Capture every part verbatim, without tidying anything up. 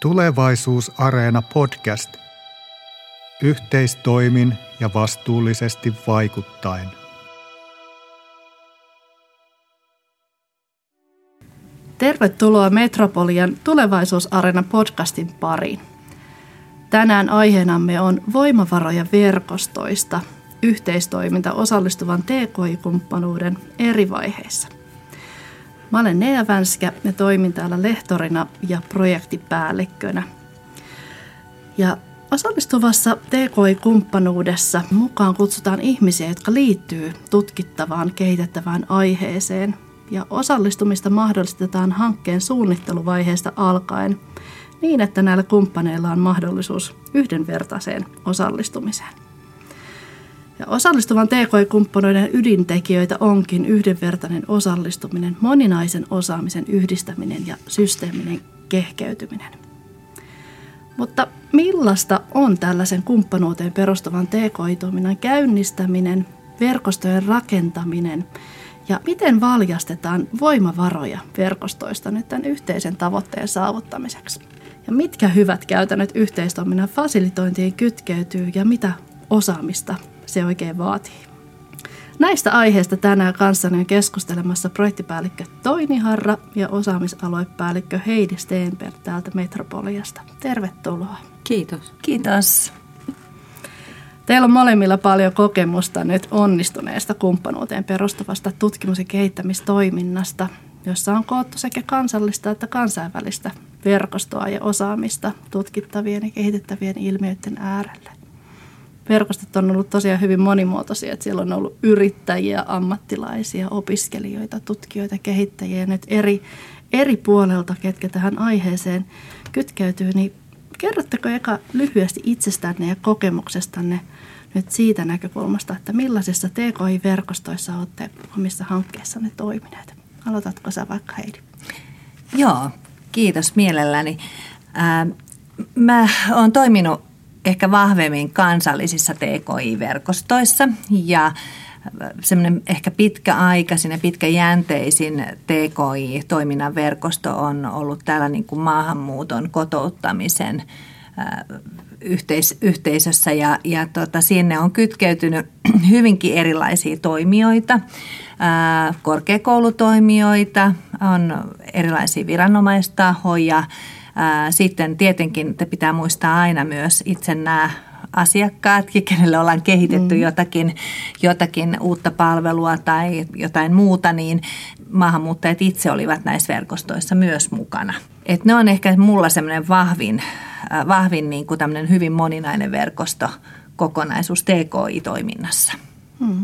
Tulevaisuusareena podcast. Yhteistoimin ja vastuullisesti vaikuttaen. Tervetuloa Metropolian Tulevaisuusareena podcastin pariin. Tänään aiheenamme on voimavaroja verkostoista, yhteistoiminta osallistuvan T K I-kumppanuuden eri vaiheissa. Mä olen Nea Vänskä ja toimin täällä lehtorina ja projektipäällikkönä. Ja osallistuvassa T K I-kumppanuudessa mukaan kutsutaan ihmisiä, jotka liittyy tutkittavaan, kehitettävään aiheeseen. Ja osallistumista mahdollistetaan hankkeen suunnitteluvaiheesta alkaen niin, että näillä kumppaneilla on mahdollisuus yhdenvertaiseen osallistumiseen. Ja osallistuvan T K I-kumppanuuden ydintekijöitä onkin yhdenvertainen osallistuminen, moninaisen osaamisen yhdistäminen ja systeeminen kehkeytyminen. Mutta millaista on tällaisen kumppanuuteen perustuvan T K I-toiminnan käynnistäminen, verkostojen rakentaminen ja miten valjastetaan voimavaroja verkostoista nyt tämän yhteisen tavoitteen saavuttamiseksi? Ja mitkä hyvät käytännöt yhteistoiminnan fasilitointiin kytkeytyy ja mitä osaamista se oikein vaatii? Näistä aiheista tänään kanssani on keskustelemassa projektipäällikkö Toini Harra ja osaamisaluepäällikkö Heidi Stenberg täältä Metropoliasta. Tervetuloa. Kiitos. Kiitos. Teillä on molemmilla paljon kokemusta nyt onnistuneesta kumppanuuteen perustuvasta tutkimus- ja kehittämistoiminnasta, jossa on koottu sekä kansallista että kansainvälistä verkostoa ja osaamista tutkittavien ja kehitettävien ilmiöiden äärelle. Verkostot on ollut tosiaan hyvin monimuotoisia, että siellä on ollut yrittäjiä, ammattilaisia, opiskelijoita, tutkijoita, kehittäjiä ja nyt eri, eri puolelta, ketkä tähän aiheeseen kytkeytyy, niin kerrotteko eka lyhyesti itsestänne ja kokemuksestanne nyt siitä näkökulmasta, että millaisissa T K I-verkostoissa olette omissa hankkeissanne toimineet? Aloitatko sä vaikka, Heidi? Joo, kiitos mielelläni. Ää, mä oon toiminut ehkä vahvemmin kansallisissa T K I-verkostoissa ja semmoinen ehkä pitkäaikaisin ja pitkäjänteisin T K I-toiminnan verkosto on ollut täällä niin kuin maahanmuuton kotouttamisen ää, yhteis- yhteisössä ja, ja tota, sinne on kytkeytynyt hyvinkin erilaisia toimijoita, ää, korkeakoulutoimijoita, on erilaisia viranomaistahoja. Ää, sitten tietenkin te pitää muistaa aina myös itse nämä asiakkaatkin, kenelle ollaan kehitetty mm. jotakin, jotakin uutta palvelua tai jotain muuta, niin maahanmuuttajat itse olivat näissä verkostoissa myös mukana. Et ne on ehkä mulla semmoinen vahvin, vahvin niin kuin tämmöinen hyvin moninainen verkosto kokonaisuus T K I-toiminnassa. Mm.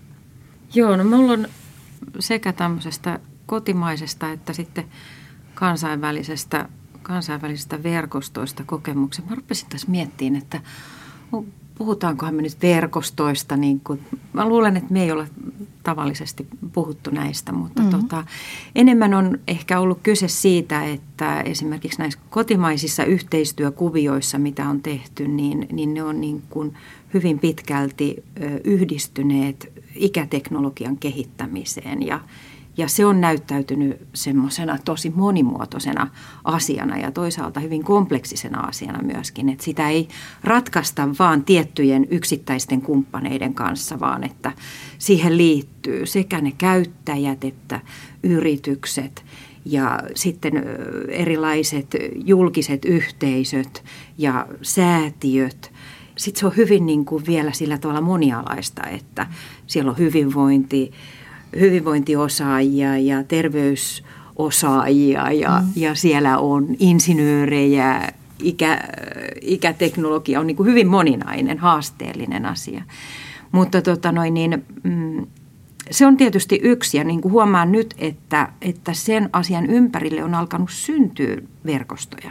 Joo, no mulla on sekä tämmöisestä kotimaisesta että sitten kansainvälisestä kansainvälisistä verkostoista kokemuksia. Mä rupesin tässä miettimään, että puhutaankohan me nyt verkostoista. Niin kuin, mä luulen, että me ei olla tavallisesti puhuttu näistä, mutta mm-hmm. tota, enemmän on ehkä ollut kyse siitä, että esimerkiksi näissä kotimaisissa yhteistyökuvioissa, mitä on tehty, niin, niin ne on niin kuin hyvin pitkälti yhdistyneet ikäteknologian kehittämiseen ja Ja se on näyttäytynyt semmoisena tosi monimuotoisena asiana ja toisaalta hyvin kompleksisena asiana myöskin. Että sitä ei ratkaista vaan tiettyjen yksittäisten kumppaneiden kanssa, vaan että siihen liittyy sekä ne käyttäjät että yritykset ja sitten erilaiset julkiset yhteisöt ja säätiöt. Sitten se on hyvin niin kuin vielä sillä tavalla monialaista, että siellä on hyvinvointi, hyvinvointiosaajia ja terveysosaajia ja, mm. ja siellä on insinöörejä, ikä, ikäteknologia on niin kuin hyvin moninainen, haasteellinen asia. Mutta tota noin, niin, mm, se on tietysti yksi ja niin kuin huomaan nyt, että, että sen asian ympärille on alkanut syntyä verkostoja.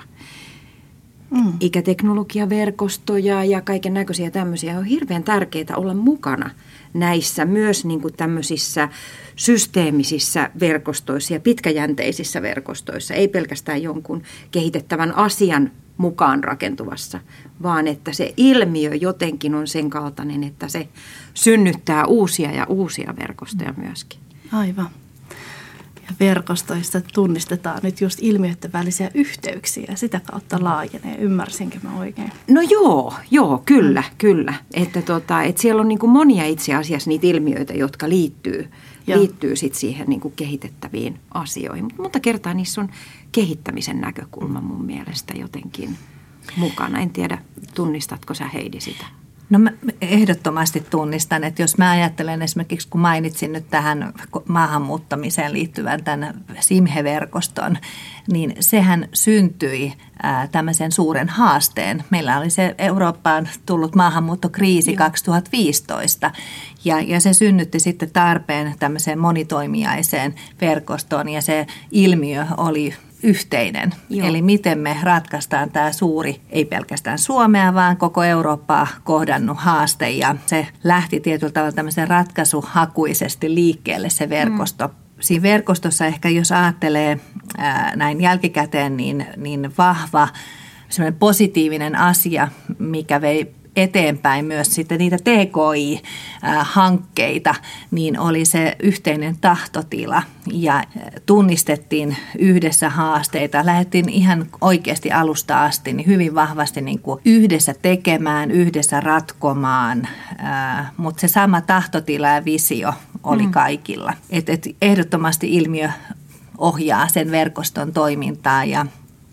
Mm. Ikäteknologiaverkostoja ja kaiken näköisiä tämmöisiä. On hirveän tärkeää olla mukana näissä myös niin kuin tämmöisissä systeemisissä verkostoissa ja pitkäjänteisissä verkostoissa. Ei pelkästään jonkun kehitettävän asian mukaan rakentuvassa, vaan että se ilmiö jotenkin on sen kaltainen, että se synnyttää uusia ja uusia verkostoja myöskin. Aivan. ja verkostoista tunnistetaan nyt just ilmiöiden välisiä yhteyksiä ja sitä kautta laajenee. Ymmärsinkö mä oikein? No joo, joo, kyllä, mm. kyllä. Että, tota, että siellä on niin kuin monia itse asiassa niitä ilmiöitä, jotka liittyy, liittyy sit siihen niin kuin kehitettäviin asioihin. Mutta monta kertaa niissä on kehittämisen näkökulma mun mielestä jotenkin mukana. En tiedä, tunnistatko sä Heidi sitä? No mä ehdottomasti tunnistan, että jos mä ajattelen esimerkiksi, kun mainitsin nyt tähän maahanmuuttamiseen liittyvän tämän SIMHE-verkoston, niin sehän syntyi ää, tämmöisen suuren haasteen. Meillä oli se Eurooppaan tullut maahanmuuttokriisi Joo. kaksituhattaviisitoista ja, ja se synnytti sitten tarpeen tämmöiseen monitoimijaiseen verkostoon ja se ilmiö oli yhteinen. Joo. Eli miten me ratkaistaan tämä suuri, ei pelkästään Suomea, vaan koko Eurooppaa kohdannut haaste. Ja se lähti tietyllä tavalla tämmöisen ratkaisuhakuisesti liikkeelle se verkosto. Mm. Siinä verkostossa ehkä jos ajattelee ää, näin jälkikäteen, niin, niin vahva semmoinen positiivinen asia, mikä vei eteenpäin myös sitten niitä T K I-hankkeita, niin oli se yhteinen tahtotila ja tunnistettiin yhdessä haasteita. Lähdettiin ihan oikeasti alusta asti niin hyvin vahvasti niin kuin yhdessä tekemään, yhdessä ratkomaan, mutta se sama tahtotila ja visio oli mm. kaikilla. Et, et ehdottomasti ilmiö ohjaa sen verkoston toimintaa ja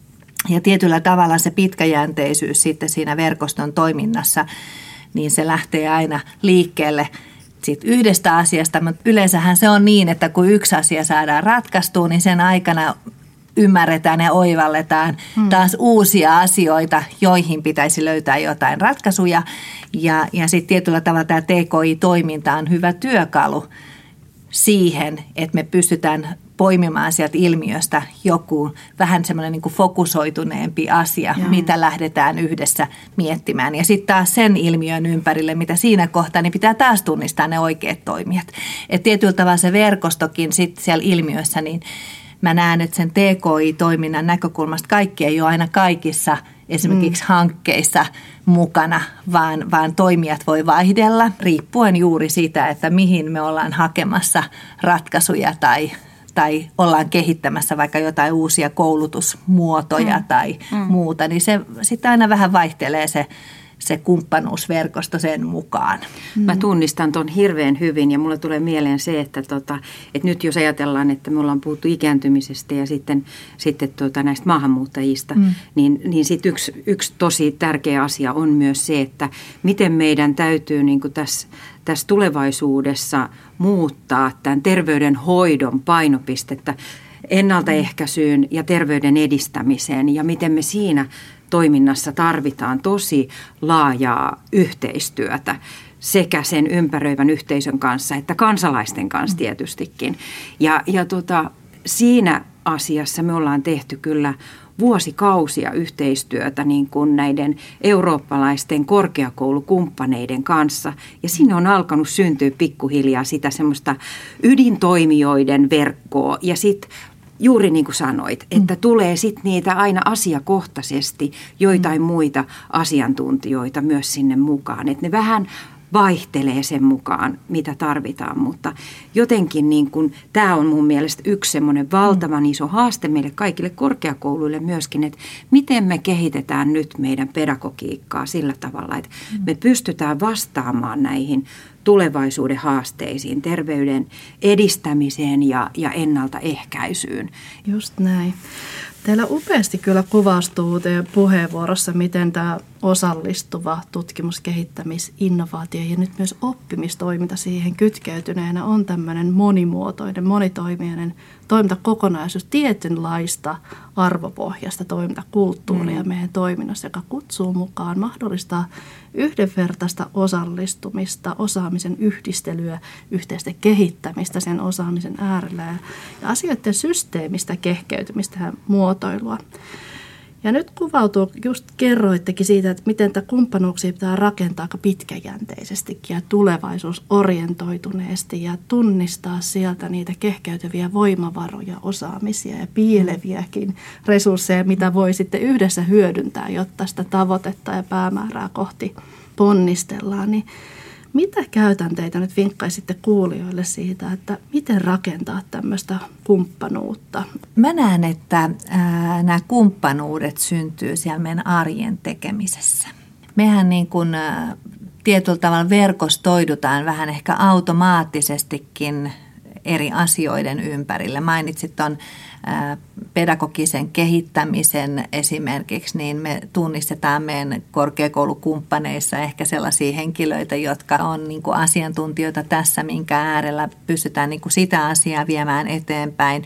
Ja tietyllä tavalla se pitkäjänteisyys sitten siinä verkoston toiminnassa, niin se lähtee aina liikkeelle siitä yhdestä asiasta. Mutta yleensähän se on niin, että kun yksi asia saadaan ratkaistua, niin sen aikana ymmärretään ja oivalletaan hmm. taas uusia asioita, joihin pitäisi löytää jotain ratkaisuja. Ja, ja sitten tietyllä tavalla tämä T K I-toiminta on hyvä työkalu siihen, että me pystytään poimimaan sieltä ilmiöstä joku vähän semmoinen niin kuin fokusoituneempi asia, Joo. mitä lähdetään yhdessä miettimään. Ja sitten taas sen ilmiön ympärille, mitä siinä kohtaa, niin pitää taas tunnistaa ne oikeat toimijat. Et tietyllä tavalla se verkostokin sitten siellä ilmiössä, niin mä näen, että sen T K I-toiminnan näkökulmasta kaikki ei ole aina kaikissa esimerkiksi mm. hankkeissa mukana, vaan, vaan toimijat voi vaihdella riippuen juuri siitä, että mihin me ollaan hakemassa ratkaisuja tai tai ollaan kehittämässä vaikka jotain uusia koulutusmuotoja mm. tai mm. muuta, niin se sitten aina vähän vaihtelee se, se kumppanuusverkosto sen mukaan. Mm. Mä tunnistan ton hirveän hyvin ja mulle tulee mieleen se, että, tota, että nyt jos ajatellaan, että me ollaan puhuttu ikääntymisestä ja sitten, sitten tota näistä maahanmuuttajista, mm. niin, niin sitten yksi, yksi tosi tärkeä asia on myös se, että miten meidän täytyy niin kuin tässä tässä tulevaisuudessa muuttaa tämän terveydenhoidon painopistettä ennaltaehkäisyyn ja terveyden edistämiseen ja miten me siinä toiminnassa tarvitaan tosi laajaa yhteistyötä sekä sen ympäröivän yhteisön kanssa että kansalaisten kanssa tietystikin. Ja, ja tota, siinä asiassa me ollaan tehty kyllä vuosikausia yhteistyötä niin kuin näiden eurooppalaisten korkeakoulukumppaneiden kanssa. Ja sinne on alkanut syntyä pikkuhiljaa sitä semmoista ydintoimijoiden verkkoa. Ja sitten juuri niin kuin sanoit, että tulee sitten niitä aina asiakohtaisesti joitain muita asiantuntijoita myös sinne mukaan. Että ne vähän vaihtelee sen mukaan, mitä tarvitaan, mutta jotenkin niin kuin, tämä on mun mielestä yksi semmoinen valtavan iso haaste meille kaikille korkeakouluille myöskin, että miten me kehitetään nyt meidän pedagogiikkaa sillä tavalla, että me pystytään vastaamaan näihin tulevaisuuden haasteisiin, terveyden edistämiseen ja, ja ennaltaehkäisyyn. Just näin. Teillä upeasti kyllä kuvastuu teidän puheenvuorossa, miten tämä osallistuva tutkimus-, kehittämis-, innovaatio ja nyt myös oppimistoiminta siihen kytkeytyneenä on tämmöinen monimuotoinen, monitoimijainen toimintakokonaisuus, tietynlaista arvopohjasta toimintakulttuuria mm. meidän toiminnassa, joka kutsuu mukaan, mahdollistaa yhdenvertaista osallistumista, osaamisen yhdistelyä, yhteistä kehittämistä sen osaamisen äärellä ja asioiden systeemistä kehkeytymistä ja muotoilua. Ja nyt kuvautuu, just kerroittekin siitä, että miten tätä kumppanuuksia pitää rakentaa aika pitkäjänteisestikin ja tulevaisuusorientoituneesti ja tunnistaa sieltä niitä kehkeytyviä voimavaroja, osaamisia ja piileviäkin resursseja, mitä voi sitten yhdessä hyödyntää, jotta sitä tavoitetta ja päämäärää kohti ponnistellaan. Niin Mitä käytänteitä nyt vinkkaisitte kuulijoille siitä, että miten rakentaa tämmöistä kumppanuutta? Mä näen, että ää, nämä kumppanuudet syntyy siellä meidän arjen tekemisessä. Mehän niin kuin ää, tietyllä tavalla verkostoidutaan vähän ehkä automaattisestikin eri asioiden ympärille. Mainitsit tuon pedagogisen kehittämisen esimerkiksi, niin me tunnistetaan meidän korkeakoulukumppaneissa ehkä sellaisia henkilöitä, jotka on niin kuin asiantuntijoita tässä, minkä äärellä pystytään niin kuin sitä asiaa viemään eteenpäin.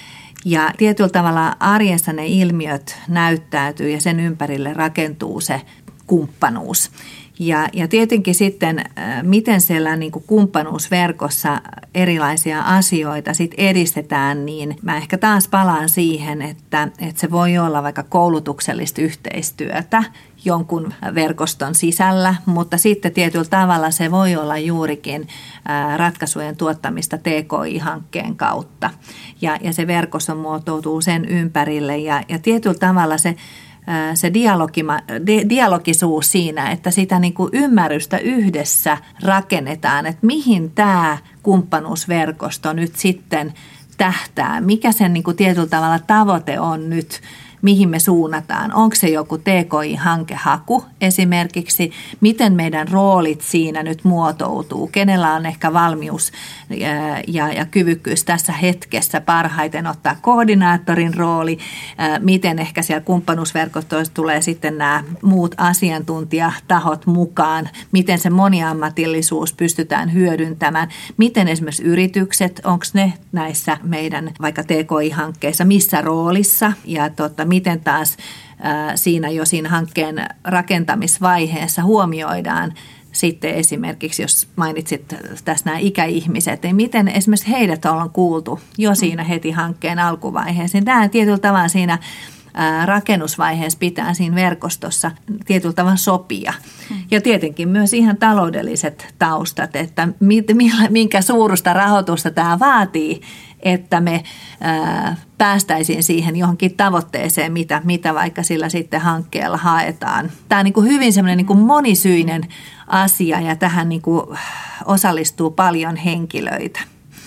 Ja tietyllä tavalla arjessa ne ilmiöt näyttäytyy ja sen ympärille rakentuu se kumppanuus. Ja, ja tietenkin sitten, miten siellä niin kuin kumppanuusverkossa erilaisia asioita sit edistetään, niin mä ehkä taas palaan siihen, että, että se voi olla vaikka koulutuksellista yhteistyötä jonkun verkoston sisällä, mutta sitten tietyllä tavalla se voi olla juurikin ratkaisujen tuottamista T K I-hankkeen kautta. Ja, ja se verkosto muotoutuu sen ympärille ja, ja tietyllä tavalla se se dialogi, di, dialogisuus siinä, että sitä niin kuin ymmärrystä yhdessä rakennetaan, että mihin tämä kumppanuusverkosto nyt sitten tähtää, mikä sen niin kuin tietyllä tavalla tavoite on nyt, mihin me suunnataan. Onko se joku T K I-hankehaku esimerkiksi, miten meidän roolit siinä nyt muotoutuu, kenellä on ehkä valmius ja, ja, ja kyvykkyys tässä hetkessä parhaiten ottaa koordinaattorin rooli, miten ehkä siellä kumppanuusverkostoissa tulee sitten nämä muut asiantuntijatahot mukaan, miten se moniammatillisuus pystytään hyödyntämään, miten esimerkiksi yritykset, onko ne näissä meidän vaikka T K I-hankkeissa, missä roolissa ja tota, miten taas ää, siinä jo siinä hankkeen rakentamisvaiheessa huomioidaan sitten esimerkiksi, jos mainitsit tässä nämä ikäihmiset, niin miten esimerkiksi heidät ollaan kuultu jo siinä heti hankkeen alkuvaiheessa. Niin tämä tietyllä tavalla siinä ää, rakennusvaiheessa pitää siinä verkostossa tietyllä tavalla sopia. Ja tietenkin myös ihan taloudelliset taustat, että minkä suurusta rahoitusta tämä vaatii, että me ää, päästäisiin siihen johonkin tavoitteeseen, mitä, mitä vaikka sillä sitten hankkeella haetaan. Tämä on niin kuin hyvin semmoinen niin kuin monisyinen asia ja tähän niin kuin osallistuu paljon henkilöitä.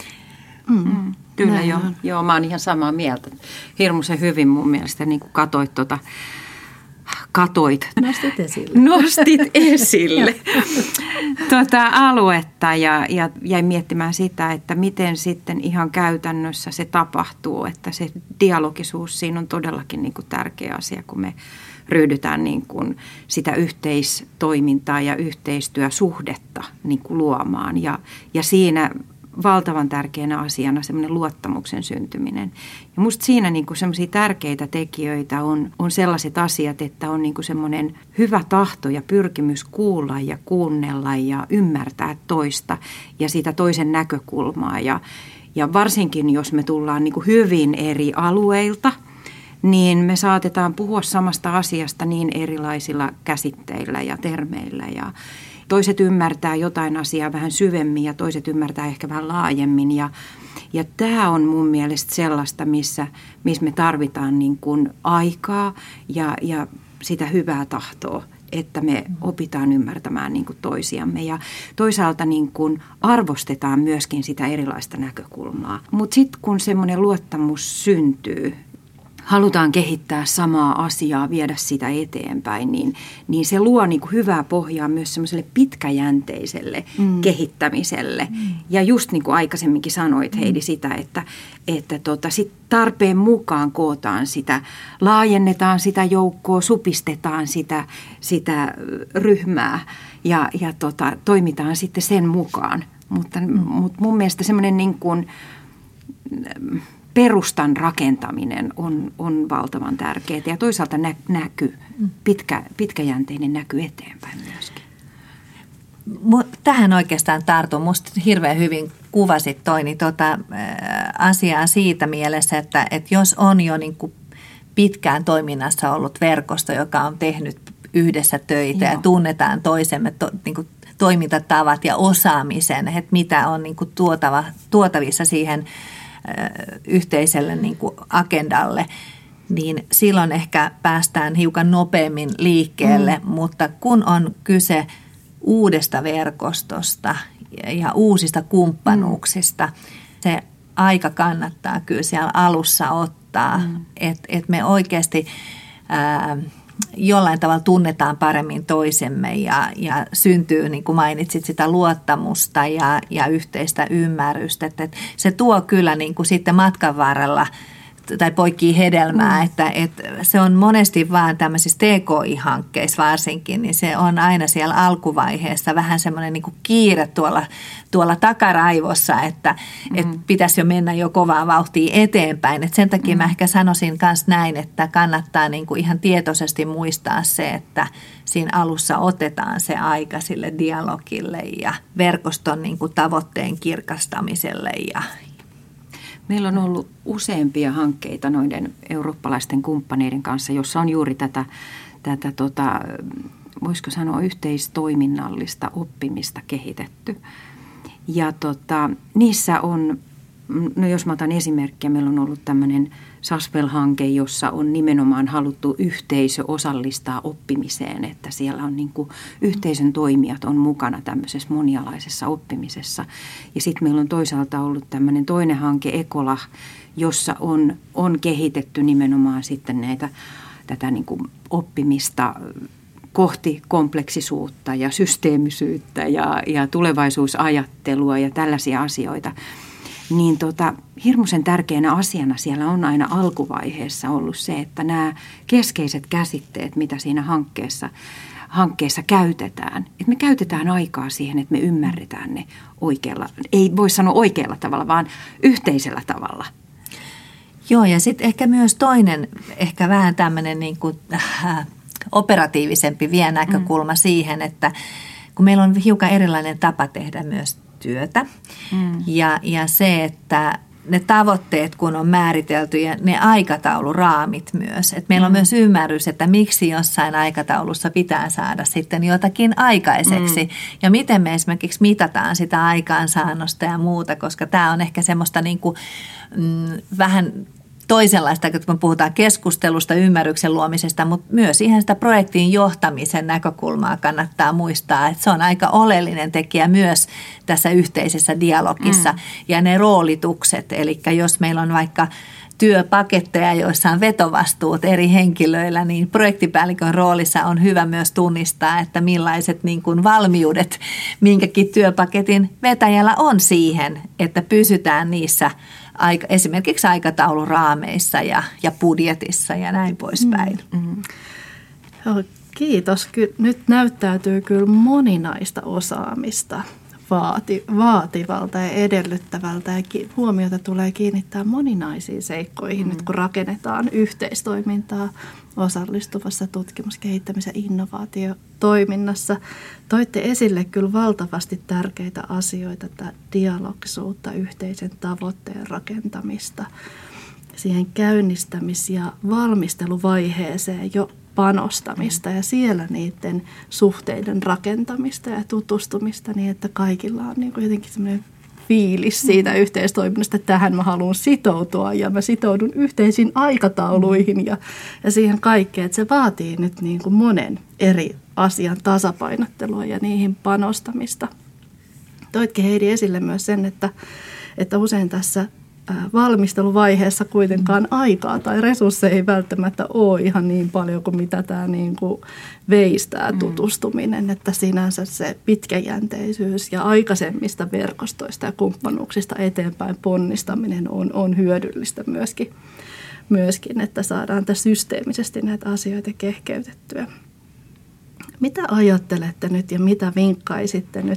Mm. Mm, kyllä joo. joo, mä oon ihan samaa mieltä. Hirmuisen hyvin mun mielestä niin kuin katoit tuota Katoit. Nostit esille. Nostit esille tuota aluetta ja, ja jäin miettimään sitä, että miten sitten ihan käytännössä se tapahtuu, että se dialogisuus siinä on todellakin niin kuin tärkeä asia, kun me ryhdytään niin kuin sitä yhteistoimintaa ja yhteistyösuhdetta niin kuin luomaan ja, ja siinä valtavan tärkeänä asiana semmoinen luottamuksen syntyminen. Ja musta siinä niinku semmoisia tärkeitä tekijöitä on, on sellaiset asiat, että on niinku semmoinen hyvä tahto ja pyrkimys kuulla ja kuunnella ja ymmärtää toista ja sitä toisen näkökulmaa. Ja, ja varsinkin, jos me tullaan niinku hyvin eri alueilta, niin me saatetaan puhua samasta asiasta niin erilaisilla käsitteillä ja termeillä ja toiset ymmärtää jotain asiaa vähän syvemmin ja toiset ymmärtää ehkä vähän laajemmin. Ja, ja tämä on mun mielestä sellaista, missä, missä me tarvitaan niin kuin aikaa ja, ja sitä hyvää tahtoa, että me opitaan ymmärtämään niin kuin toisiamme. Ja toisaalta niin kuin arvostetaan myöskin sitä erilaista näkökulmaa. Mutta sitten kun semmoinen luottamus syntyy, halutaan kehittää samaa asiaa, viedä sitä eteenpäin, niin, niin se luo niin kuin hyvää pohjaa myös semmoiselle pitkäjänteiselle mm. kehittämiselle. Mm. Ja just niin kuin aikaisemminkin sanoit, Heidi, sitä, että, että tota, sit tarpeen mukaan kootaan sitä, laajennetaan sitä joukkoa, supistetaan sitä, sitä ryhmää ja, ja tota, toimitaan sitten sen mukaan. Mutta, mm. mutta mun mielestä semmoinen niin kuin perustan rakentaminen on, on valtavan tärkeää ja toisaalta nä, näky, pitkä, pitkäjänteinen näky eteenpäin myöskin. Tähän oikeastaan tartun. Musta hirveän hyvin kuvasit Toini tuota, asiaa siitä mielessä, että, että jos on jo niin kuin pitkään toiminnassa ollut verkosto, joka on tehnyt yhdessä töitä Joo. ja tunnetaan toisemme to, niin kuin toimintatavat ja osaamisen, että mitä on niin kuin tuotava, tuotavissa siihen yhteiselle niin kuin agendalle, niin silloin ehkä päästään hiukan nopeammin liikkeelle, mm. mutta kun on kyse uudesta verkostosta ja uusista kumppanuuksista. Se aika kannattaa kyllä siellä alussa ottaa, mm. että et me oikeasti ää, jollain tavalla tunnetaan paremmin toisemme ja, ja syntyy, niin kuin mainitsit, sitä luottamusta ja, ja yhteistä ymmärrystä. Että, että se tuo kyllä niin kuin sitten matkan varrella tai poikii hedelmää, mm. että, että se on monesti vaan tämmöisissä T K I-hankkeissa varsinkin, niin se on aina siellä alkuvaiheessa vähän semmoinen niin kuin kiire tuolla, tuolla takaraivossa, että, mm. että pitäisi jo mennä jo kovaa vauhtia eteenpäin. Et sen takia mm. mä ehkä sanoisin myös näin, että kannattaa niin kuin ihan tietoisesti muistaa se, että siinä alussa otetaan se aika sille dialogille ja verkoston niin kuin tavoitteen kirkastamiselle ja meillä on ollut useampia hankkeita noiden eurooppalaisten kumppaneiden kanssa, jossa on juuri tätä, tätä tota, voisiko sanoa yhteistoiminnallista oppimista kehitetty. Ja tota, niissä on, no jos mä otan esimerkkiä, meillä on ollut tämmöinen Saspel-hanke, jossa on nimenomaan haluttu yhteisö osallistaa oppimiseen, että siellä on niin kuin yhteisön toimijat on mukana tämmöisessä monialaisessa oppimisessa. Ja sitten meillä on toisaalta ollut tämmöinen toinen hanke Ekola, jossa on, on kehitetty nimenomaan sitten näitä, tätä niin kuin oppimista kohti kompleksisuutta ja systeemisyyttä ja, ja tulevaisuusajattelua ja tällaisia asioita. Niin tota, hirmuisen tärkeänä asiana siellä on aina alkuvaiheessa ollut se, että nämä keskeiset käsitteet, mitä siinä hankkeessa, hankkeessa käytetään, että me käytetään aikaa siihen, että me ymmärretään ne oikealla, ei voi sanoa oikealla tavalla, vaan yhteisellä tavalla. Joo, ja sitten ehkä myös toinen, ehkä vähän tämmöinen niin kuin, äh, operatiivisempi vie näkökulma mm. siihen, että kun meillä on hiukan erilainen tapa tehdä myös työtä mm. ja, ja se, että ne tavoitteet, kun on määritelty ja ne aikatauluraamit myös. Että meillä on mm. myös ymmärrys, että miksi jossain aikataulussa pitää saada sitten jotakin aikaiseksi. Mm. Ja miten me esimerkiksi mitataan sitä aikaansaannosta ja muuta, koska tämä on ehkä semmoista niin kuin, mm, vähän toisenlaista, kun me puhutaan keskustelusta, ymmärryksen luomisesta, mutta myös ihan sitä projektin johtamisen näkökulmaa kannattaa muistaa, että se on aika oleellinen tekijä myös tässä yhteisessä dialogissa. Mm. Ja ne roolitukset, eli jos meillä on vaikka työpaketteja, joissa on vetovastuut eri henkilöillä, niin projektipäällikön roolissa on hyvä myös tunnistaa, että millaiset niin kuin valmiudet minkäkin työpaketin vetäjällä on siihen, että pysytään niissä aika, esimerkiksi aikatauluraameissa ja, ja budjetissa ja näin poispäin. Mm, mm. Joo, kiitos. Ky- nyt näyttäytyy kyllä moninaista osaamista vaati, vaativalta ja edellyttävältä ja ki- huomiota tulee kiinnittää moninaisiin seikkoihin mm. nyt kun rakennetaan yhteistoimintaa osallistuvassa tutkimus-, kehittämis- ja innovaatiotoiminnassa. Toitte esille kyllä valtavasti tärkeitä asioita, tätä dialogisuutta, yhteisen tavoitteen rakentamista, siihen käynnistämis- ja valmisteluvaiheeseen jo panostamista ja siellä niiden suhteiden rakentamista ja tutustumista niin, että kaikilla on niin kuin jotenkin semmoinen fiilis siitä mm. yhteistoiminnasta, että tähän mä haluan sitoutua ja mä sitoudun yhteisiin aikatauluihin ja, ja siihen kaikkeen, että se vaatii nyt niin kuin monen eri asian tasapainottelua ja niihin panostamista. Toitkin Heidi esille myös sen, että, että usein tässä valmisteluvaiheessa kuitenkaan aikaa tai resursseja ei välttämättä ole ihan niin paljon kuin mitä tämä niin kuin veistää tutustuminen, että sinänsä se pitkäjänteisyys ja aikaisemmista verkostoista ja kumppanuuksista eteenpäin ponnistaminen on, on hyödyllistä myöskin, myöskin, että saadaan tässä systeemisesti näitä asioita kehkeytettyä. Mitä ajattelette nyt ja mitä vinkkaisitte nyt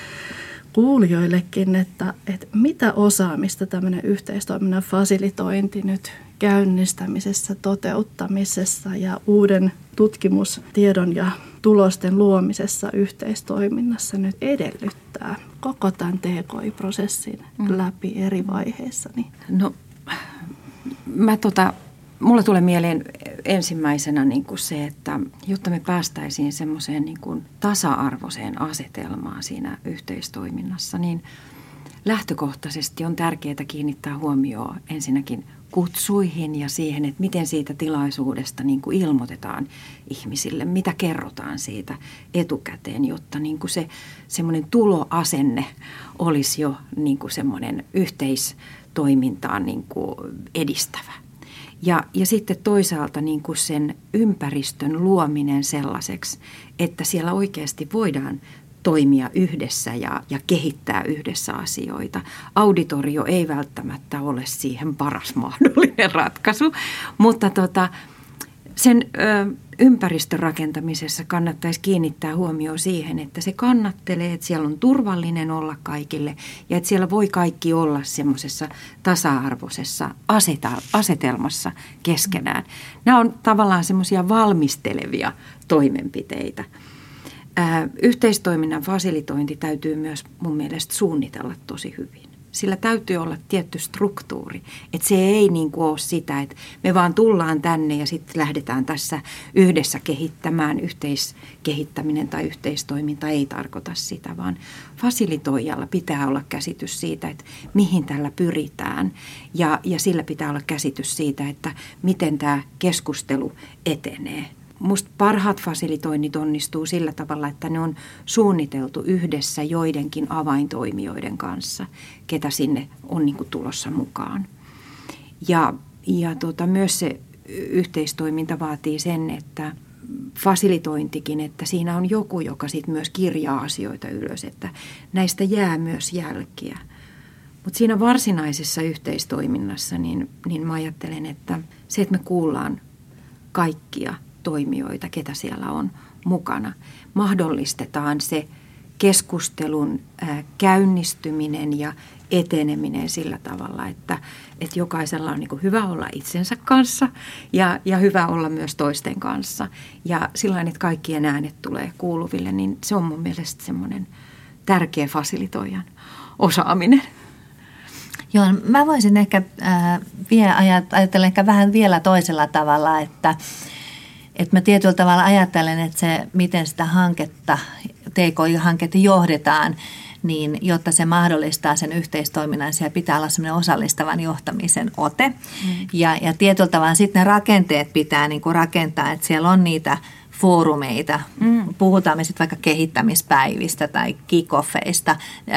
kuulijoillekin, että, että mitä osaamista tämmöinen yhteistoiminnan fasilitointi nyt käynnistämisessä, toteuttamisessa ja uuden tutkimustiedon ja tulosten luomisessa yhteistoiminnassa nyt edellyttää koko tämän T K I-prosessin mm. läpi eri vaiheissa? Niin. No, mä tota... Mulle tulee mieleen ensimmäisenä niin kuin se, että jotta me päästäisiin semmoiseen niin kuin tasa-arvoiseen asetelmaan siinä yhteistoiminnassa, niin lähtökohtaisesti on tärkeää kiinnittää huomioon ensinnäkin kutsuihin ja siihen, että miten siitä tilaisuudesta niin kuin ilmoitetaan ihmisille, mitä kerrotaan siitä etukäteen, jotta niin kuin se semmoinen tuloasenne olisi jo niin kuin semmoinen yhteistoimintaan niin kuin edistävä. Ja, ja sitten toisaalta niin kuin sen ympäristön luominen sellaiseksi, että siellä oikeasti voidaan toimia yhdessä ja, ja kehittää yhdessä asioita. Auditorio ei välttämättä ole siihen paras mahdollinen ratkaisu, mutta tota, sen ö, ympäristön rakentamisessa kannattaisi kiinnittää huomioon siihen, että se kannattelee, että siellä on turvallinen olla kaikille ja että siellä voi kaikki olla semmoisessa tasa-arvoisessa asetelmassa keskenään. Nämä on tavallaan semmoisia valmistelevia toimenpiteitä. Ää, yhteistoiminnan fasilitointi täytyy myös mun mielestä suunnitella tosi hyvin. Sillä täytyy olla tietty struktuuri, että se ei niin kuin ole sitä, että me vaan tullaan tänne ja sitten lähdetään tässä yhdessä kehittämään. Yhteiskehittäminen tai yhteistoiminta ei tarkoita sitä, vaan fasilitoijalla pitää olla käsitys siitä, että mihin tällä pyritään ja, ja sillä pitää olla käsitys siitä, että miten tämä keskustelu etenee. Musta parhaat fasilitoinnit onnistuu sillä tavalla, että ne on suunniteltu yhdessä joidenkin avaintoimijoiden kanssa, ketä sinne on niin kuin tulossa mukaan. Ja, ja tota, myös se yhteistoiminta vaatii sen, että fasilitointikin, että siinä on joku, joka sitten myös kirjaa asioita ylös, että näistä jää myös jälkiä. Mutta siinä varsinaisessa yhteistoiminnassa, niin, niin mä ajattelen, että se, että me kuullaan kaikkia toimijoita, ketä siellä on mukana. Mahdollistetaan se keskustelun ää, käynnistyminen ja eteneminen sillä tavalla, että, että jokaisella on niin kuin hyvä olla itsensä kanssa ja, ja hyvä olla myös toisten kanssa. Ja sillain, että kaikkien äänet tulee kuuluville, niin se on mun mielestä semmoinen tärkeä fasilitoijan osaaminen. Joo, mä voisin ehkä äh, vielä ajatella ehkä vähän vielä toisella tavalla, että Että mä tietyllä tavalla ajattelen, että se, miten sitä hanketta, T K I-hanketta johdetaan, niin jotta se mahdollistaa sen yhteistoiminnan, siellä pitää olla semmoinen osallistavan johtamisen ote. Mm. Ja, ja tietyllä tavalla sitten ne rakenteet pitää niin kuin rakentaa, että siellä on niitä foorumeita. Mm. Puhutaan me sitten vaikka kehittämispäivistä tai kick-offeista,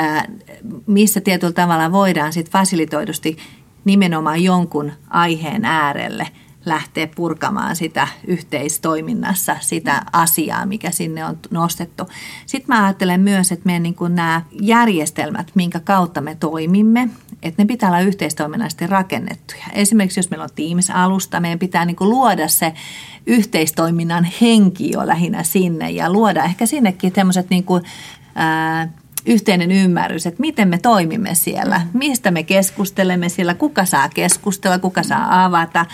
missä tietyllä tavalla voidaan sitten fasilitoidusti nimenomaan jonkun aiheen äärelle lähteä purkamaan sitä yhteistoiminnassa, sitä asiaa, mikä sinne on nostettu. Sitten mä ajattelen myös, että meidän niin kuin nämä järjestelmät, minkä kautta me toimimme, että ne pitää olla yhteistoiminnallisesti rakennettuja. Esimerkiksi jos meillä on Teams-alusta, meidän pitää niin kuin luoda se yhteistoiminnan henki jo lähinnä sinne ja luoda ehkä sinnekin tämmöiset niin kuin, ää, yhteinen ymmärrys, että miten me toimimme siellä, mistä me keskustelemme siellä, kuka saa keskustella, kuka saa avata.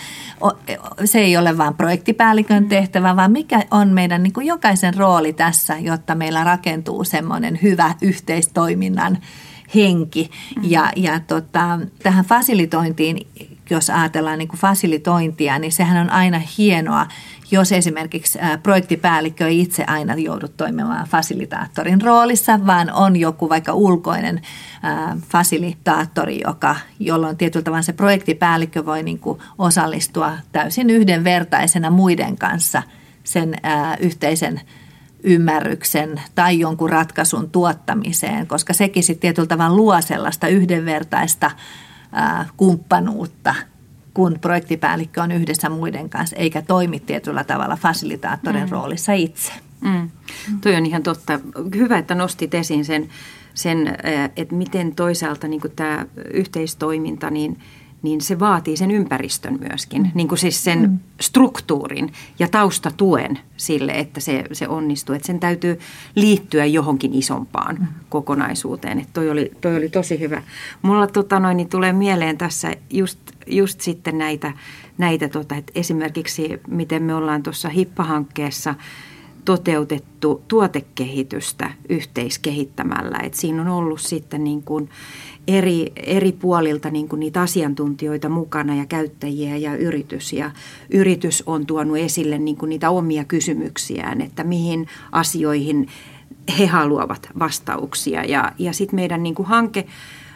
Se ei ole vain projektipäällikön tehtävä, vaan mikä on meidän niin kuin jokaisen rooli tässä, jotta meillä rakentuu semmoinen hyvä yhteistoiminnan henki. Ja, ja tota, tähän fasilitointiin, jos ajatellaan niin kuin fasilitointia, niin sehän on aina hienoa, jos esimerkiksi projektipäällikkö ei itse aina joudu toimimaan fasilitaattorin roolissa, vaan on joku vaikka ulkoinen ää, fasilitaattori, joka, jolloin tietyllä tavalla se projektipäällikkö voi niin kuin osallistua täysin yhdenvertaisena muiden kanssa sen ää, yhteisen ymmärryksen tai jonkun ratkaisun tuottamiseen, koska sekin sitten tietyllä tavalla luo sellaista yhdenvertaista ää, kumppanuutta, kun projektipäällikkö on yhdessä muiden kanssa, eikä toimi tietyllä tavalla fasilitaattorin mm. roolissa itse. Mm. Toi on ihan totta. Hyvä, että nostit esiin sen, sen että miten toisaalta niin kuin tämä yhteistoiminta, niin, niin se vaatii sen ympäristön myöskin, mm. niin kuin siis sen mm. struktuurin ja taustatuen sille, että se, se onnistuu. Että sen täytyy liittyä johonkin isompaan mm. kokonaisuuteen. Että toi oli, toi oli tosi hyvä. Mulla tota noin, niin tulee mieleen tässä just, just sitten näitä, näitä tota, että esimerkiksi miten me ollaan tuossa HIPPA-hankkeessa toteutettu tuotekehitystä yhteiskehittämällä. Et siinä on ollut sitten niin kuin eri, eri puolilta niin kuin niitä asiantuntijoita mukana ja käyttäjiä ja yritys. Ja yritys on tuonut esille niin kuin niitä omia kysymyksiään, että mihin asioihin he haluavat vastauksia. Ja, ja sitten meidän niin kuin hanke,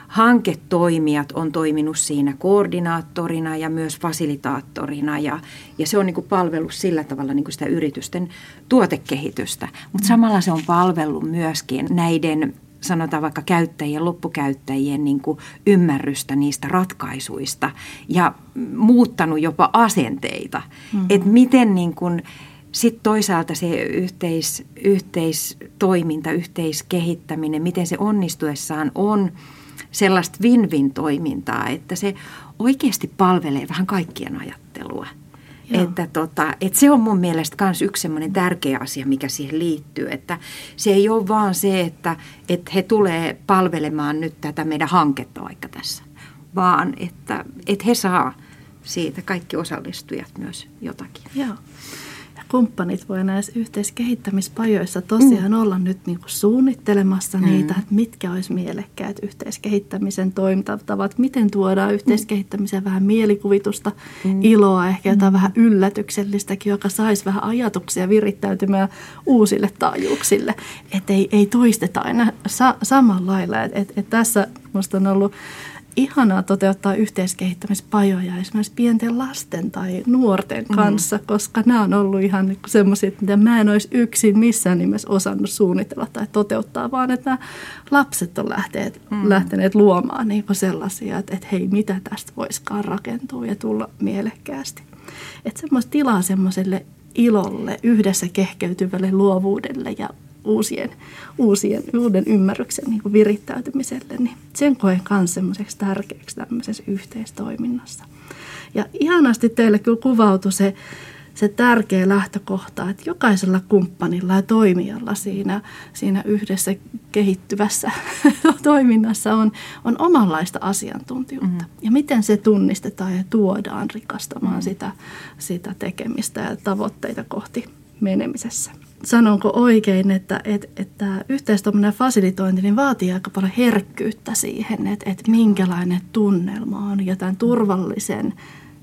hanketoimijat on toiminut siinä koordinaattorina ja myös fasilitaattorina ja, ja se on niin kuin palvellut sillä tavalla niin kuin sitä yritysten tuotekehitystä. Mutta samalla se on palvellut myöskin näiden, sanotaan vaikka käyttäjien, loppukäyttäjien niin kuin ymmärrystä niistä ratkaisuista ja muuttanut jopa asenteita. Mm-hmm. Että miten niin kuin sitten toisaalta se yhteis, yhteistoiminta, yhteiskehittäminen, miten se onnistuessaan on sellaista win-win-toimintaa, että se oikeasti palvelee vähän kaikkien ajattelua. Että, tota, että se on mun mielestä myös yksi semmoinen tärkeä asia, mikä siihen liittyy. Että se ei ole vaan se, että, että he tulee palvelemaan nyt tätä meidän hanketta vaikka tässä, vaan että, että he saa siitä kaikki osallistujat myös jotakin. Joo. Kumppanit voi näissä yhteiskehittämispajoissa tosiaan mm. olla nyt niinku suunnittelemassa mm. niitä, että mitkä olisi mielekkäät yhteiskehittämisen toimintatavat, miten tuodaan yhteiskehittämiseen vähän mielikuvitusta, mm. iloa, ehkä jotain mm. vähän yllätyksellistäkin, joka saisi vähän ajatuksia virittäytymään uusille taajuuksille. Että ei, ei toisteta aina sa- samalla lailla. Et, et, et tässä minusta on ollut ihanaa toteuttaa yhteiskehittämispajoja esimerkiksi pienten lasten tai nuorten kanssa, mm. koska nämä on ollut ihan niin semmoisia, mitä mä en olisi yksin missään nimessä osannut suunnitella tai toteuttaa, vaan että nämä lapset on lähteneet, mm. lähteneet luomaan niin sellaisia, että, että hei, mitä tästä voisikaan rakentua ja tulla mielekkäästi. Että semmoista tilaa semmoiselle ilolle, yhdessä kehkeytyvälle luovuudelle ja uusien, uusien, uuden ymmärryksen niin kuin virittäytymiselle, niin sen koen myös semmoiseksi tärkeäksi tämmöisessä yhteistoiminnassa. Ja ihanasti teille kyllä kuvautui se, se tärkeä lähtökohta, että jokaisella kumppanilla ja toimijalla siinä, siinä yhdessä kehittyvässä toiminnassa on, on omanlaista asiantuntijuutta. Mm-hmm. Ja miten se tunnistetaan ja tuodaan rikastamaan mm-hmm. sitä, sitä tekemistä ja tavoitteita kohti menemisessä. Sanonko oikein, että, että, että yhteistoiminnan fasilitointi niin vaatii aika paljon herkkyyttä siihen, että, että minkälainen tunnelma on ja tämän turvallisen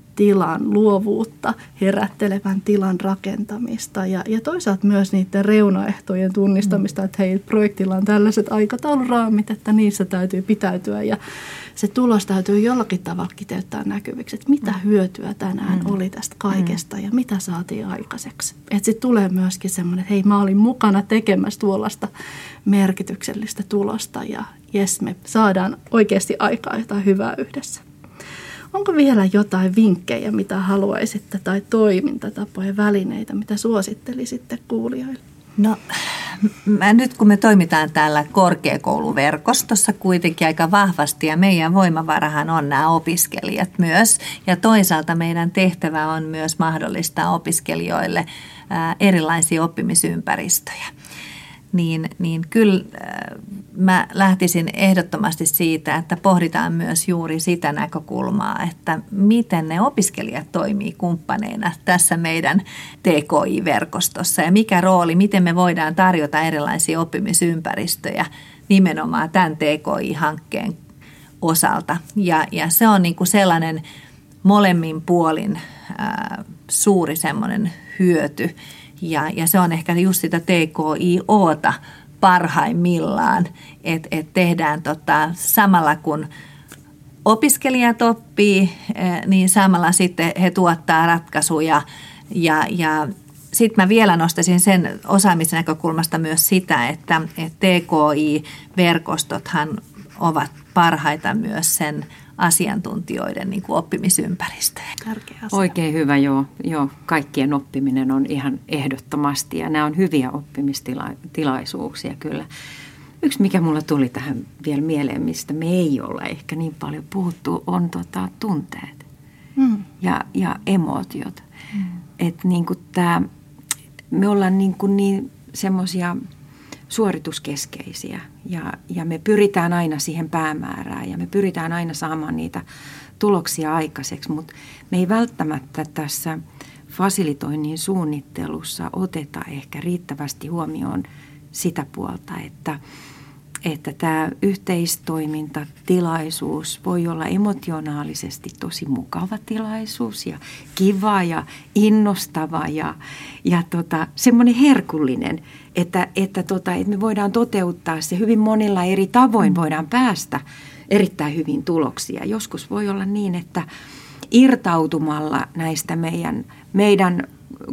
tilan luovuutta, herättelevän tilan rakentamista ja, ja toisaalta myös niiden reunaehtojen tunnistamista, että hei, projektilla on tällaiset aikatauluraamit, että niissä täytyy pitäytyä ja se tulos täytyy jollakin tavalla kiteyttää näkyviksi, että mitä hyötyä tänään mm. oli tästä kaikesta ja mitä saatiin aikaiseksi. Että sitten tulee myöskin semmoinen, että hei, mä olin mukana tekemässä tuollaista merkityksellistä tulosta ja jes, me saadaan oikeasti aikaa jotain hyvää yhdessä. Onko vielä jotain vinkkejä, mitä haluaisitte, tai toimintatapoja, välineitä, mitä suosittelisitte kuulijoille? No mä nyt kun me toimitaan täällä korkeakouluverkostossa kuitenkin aika vahvasti ja meidän voimavarahan on nämä opiskelijat myös. Ja toisaalta meidän tehtävä on myös mahdollistaa opiskelijoille erilaisia oppimisympäristöjä. Niin, niin kyllä mä lähtisin ehdottomasti siitä, että pohditaan myös juuri sitä näkökulmaa, että miten ne opiskelijat toimii kumppaneina tässä meidän T K I-verkostossa ja mikä rooli, miten me voidaan tarjota erilaisia oppimisympäristöjä nimenomaan tämän T K I-hankkeen osalta. Ja, ja se on niin kuin sellainen molemmin puolin ää, suuri semmoinen hyöty. Ja, ja se on ehkä just sitä T K I-ota parhaimmillaan, että et tehdään tota, samalla kun opiskelijat oppii, niin samalla sitten he tuottaa ratkaisuja. Ja, ja sitten mä vielä nostaisin sen osaamisen näkökulmasta myös sitä, että, että T K I-verkostothan ovat parhaita myös sen asiantuntijoiden niin kuin oppimisympäristöjä. Tärkeä asia. Oikein hyvä, joo. joo. Kaikkien oppiminen on ihan ehdottomasti ja nämä on hyviä oppimistilaisuuksia kyllä. Yksi, mikä mulla tuli tähän vielä mieleen, mistä me ei olla ehkä niin paljon puhuttu, on tota, tunteet mm. ja, ja emootiot. Mm. Että niin kuin tää, me ollaan niin, kuin niin semmoisia suorituskeskeisiä ja, ja me pyritään aina siihen päämäärään ja me pyritään aina saamaan niitä tuloksia aikaiseksi, mutta me ei välttämättä tässä fasilitoinnin suunnittelussa oteta ehkä riittävästi huomioon sitä puolta, että, että tämä yhteistoimintatilaisuus voi olla emotionaalisesti tosi mukava tilaisuus ja kiva ja innostava ja, ja tota, semmoinen herkullinen, että, että, tota, että me voidaan toteuttaa se hyvin monilla eri tavoin, voidaan päästä erittäin hyvin tuloksia. Joskus voi olla niin, että irtautumalla näistä meidän, meidän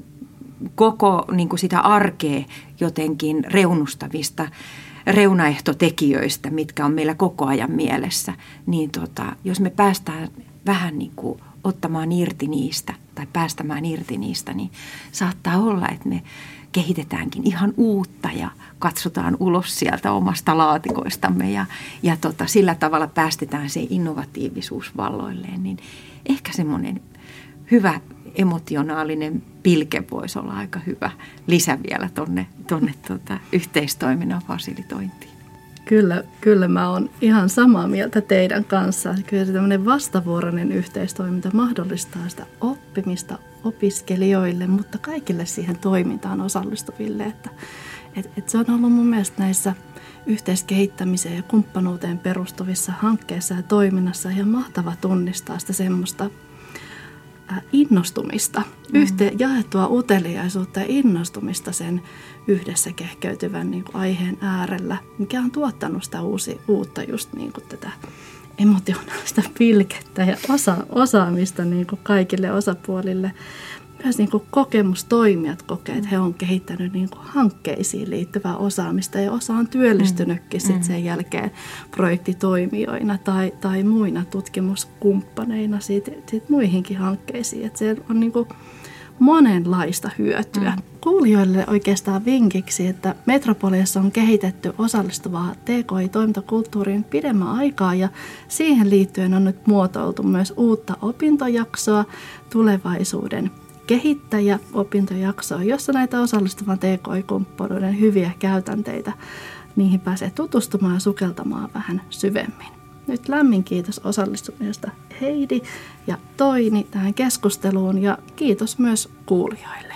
koko niin kuin sitä arkea jotenkin reunustavista reunaehtotekijöistä, mitkä on meillä koko ajan mielessä, niin tota, jos me päästään vähän niin kuin ottamaan irti niistä tai päästämään irti niistä, niin saattaa olla, että me kehitetäänkin ihan uutta ja katsotaan ulos sieltä omasta laatikoistamme ja, ja tota, sillä tavalla päästetään se innovatiivisuus valloilleen, niin ehkä semmoinen hyvä emotionaalinen pilke voisi olla aika hyvä lisä vielä tuonne tonne, tota, yhteistoiminnan fasilitointiin. Kyllä, kyllä mä oon ihan samaa mieltä teidän kanssa. Kyllä se tämmöinen vastavuoroinen yhteistoiminta mahdollistaa sitä oppimista opiskelijoille, mutta kaikille siihen toimintaan osallistuville. Että, et, et se on ollut mun mielestä näissä yhteiskehittämiseen ja kumppanuuteen perustuvissa hankkeissa ja toiminnassa ihan mahtava tunnistaa sitä semmoista innostumista, mm. yhteen, jaettua uteliaisuutta ja innostumista sen yhdessä kehkeytyvän niin kuin aiheen äärellä, mikä on tuottanut sitä uusi, uutta just niin kuin tätä emotionaalista pilkettä ja osa, osaamista niin kuin kaikille osapuolille. Myös niin kuin kokemustoimijat kokee, että he on kehittänyt niin kuin hankkeisiin liittyvää osaamista ja osa on työllistynytkin sit sen jälkeen projektitoimijoina tai, tai muina tutkimuskumppaneina siitä, siitä muihinkin hankkeisiin. Että se on niin kuin monenlaista hyötyä. Mm. Kuulijoille oikeastaan vinkiksi, että Metropoliassa on kehitetty osallistuvaa T K I-toimintakulttuuriin pidemmän aikaa ja siihen liittyen on nyt muotoiltu myös uutta opintojaksoa tulevaisuuden kehittäjä-opintojaksoa, jossa näitä osallistuvan T K I-kumppanuuden hyviä käytänteitä, niihin pääsee tutustumaan ja sukeltamaan vähän syvemmin. Nyt lämmin kiitos osallistumisesta Heidi ja Toini tähän keskusteluun ja kiitos myös kuulijoille.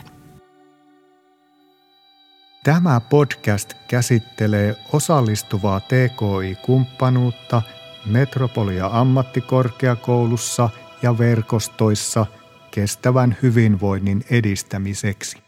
Tämä podcast käsittelee osallistuvaa T K I-kumppanuutta Metropolia ammattikorkeakoulussa ja verkostoissa kestävän hyvinvoinnin edistämiseksi.